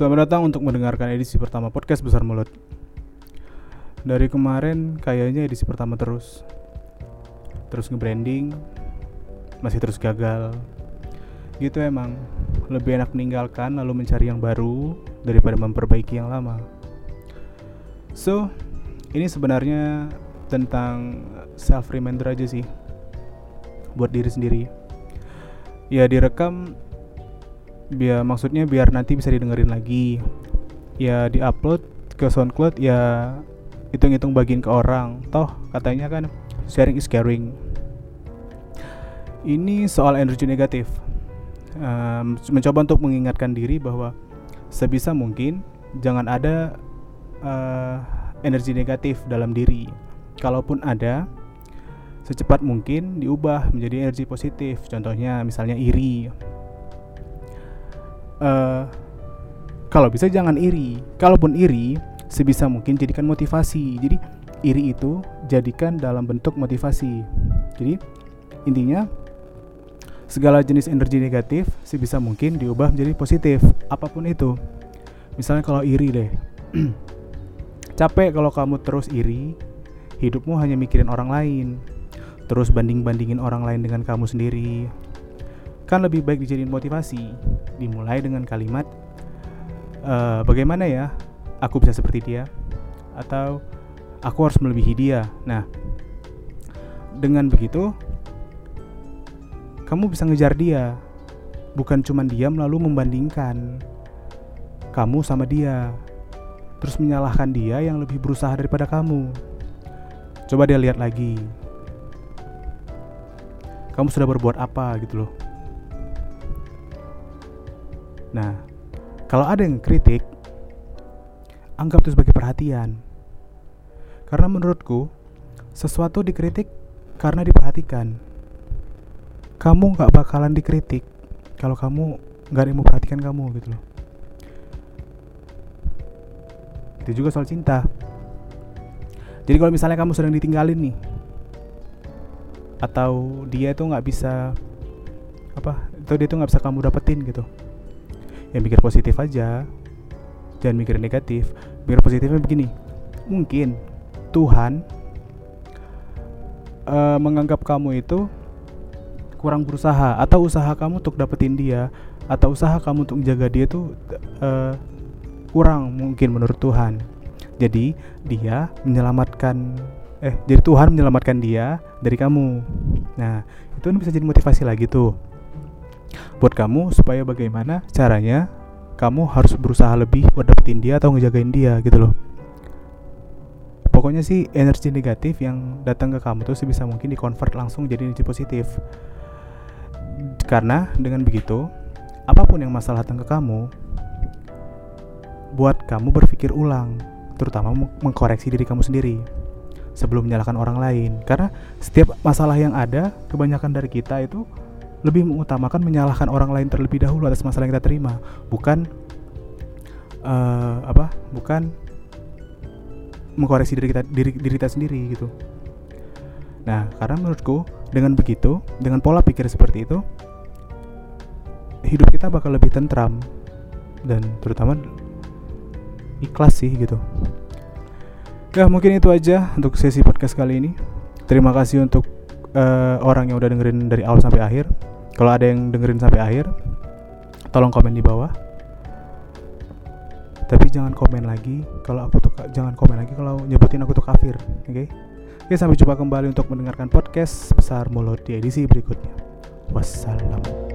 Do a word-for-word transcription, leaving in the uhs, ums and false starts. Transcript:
Selamat datang untuk mendengarkan edisi pertama podcast Besar Mulut. Dari kemarin kayaknya edisi pertama terus Terus nge-branding, masih terus gagal. Gitu emang, lebih enak meninggalkan lalu mencari yang baru daripada memperbaiki yang lama. So, ini sebenarnya tentang self-reminder aja sih, buat diri sendiri. Ya direkam, biar maksudnya biar nanti bisa didengerin lagi. Ya diupload ke SoundCloud, ya hitung-hitung bagiin ke orang. Toh katanya kan sharing is caring. Ini soal energi negatif. um, Mencoba untuk mengingatkan diri bahwa sebisa mungkin jangan ada uh, energi negatif dalam diri. Kalaupun ada, secepat mungkin diubah menjadi energi positif. Contohnya misalnya iri. Uh, kalau bisa jangan iri. Kalaupun iri, sebisa mungkin jadikan motivasi. Jadi iri itu jadikan dalam bentuk motivasi. Jadi intinya segala jenis energi negatif sebisa mungkin diubah menjadi positif, apapun itu. Misalnya kalau iri deh, capek kalau kamu terus iri, hidupmu hanya mikirin orang lain, terus banding-bandingin orang lain dengan kamu sendiri. Kan lebih baik dijadiin motivasi. Dimulai dengan kalimat e, bagaimana ya aku bisa seperti dia, atau aku harus melebihi dia. Nah, dengan begitu kamu bisa ngejar dia, bukan cuma diam lalu membandingkan kamu sama dia, terus menyalahkan dia yang lebih berusaha daripada kamu. Coba dia lihat lagi, kamu sudah berbuat apa gitu loh. Nah, kalau ada yang kritik, anggap itu sebagai perhatian. Karena menurutku, sesuatu dikritik karena diperhatikan. Kamu gak bakalan dikritik kalau kamu gak ada yang mau perhatikan kamu gitu loh. Itu juga soal cinta. Jadi kalau misalnya kamu sedang ditinggalin nih, atau dia itu gak bisa Apa Atau dia itu gak bisa kamu dapetin gitu, ya mikir positif aja, jangan mikir negatif. Mikir positifnya begini, mungkin Tuhan uh, menganggap kamu itu kurang berusaha, atau usaha kamu untuk dapetin dia, atau usaha kamu untuk menjaga dia itu uh, kurang mungkin menurut Tuhan. Jadi dia menyelamatkan eh jadi Tuhan menyelamatkan dia dari kamu. Nah, itu bisa jadi motivasi lagi tuh buat kamu, supaya bagaimana caranya kamu harus berusaha lebih buat dapetin dia atau ngejagain dia gitu loh. Pokoknya sih energi negatif yang datang ke kamu tuh sebisa mungkin di-convert langsung jadi energi positif. Karena dengan begitu, apapun yang masalah datang ke kamu, buat kamu berpikir ulang, terutama mengkoreksi diri kamu sendiri sebelum menyalahkan orang lain. Karena setiap masalah yang ada, kebanyakan dari kita itu lebih mengutamakan menyalahkan orang lain terlebih dahulu atas masalah yang kita terima, bukan uh, apa? Bukan mengkoreksi diri kita diri, diri kita sendiri gitu. Nah, karena menurutku dengan begitu, dengan pola pikir seperti itu, hidup kita bakal lebih tentram dan terutama ikhlas sih gitu. Ya, mungkin itu aja untuk sesi podcast kali ini. Terima kasih untuk uh, orang yang udah dengerin dari awal sampai akhir. Kalau ada yang dengerin sampai akhir, tolong komen di bawah. Tapi jangan komen lagi kalau aku tuh jangan komen lagi kalau nyebutin aku tuh kafir, oke? Okay? Oke, sampai jumpa kembali untuk mendengarkan podcast Besar Mulut di edisi berikutnya. Wassalam.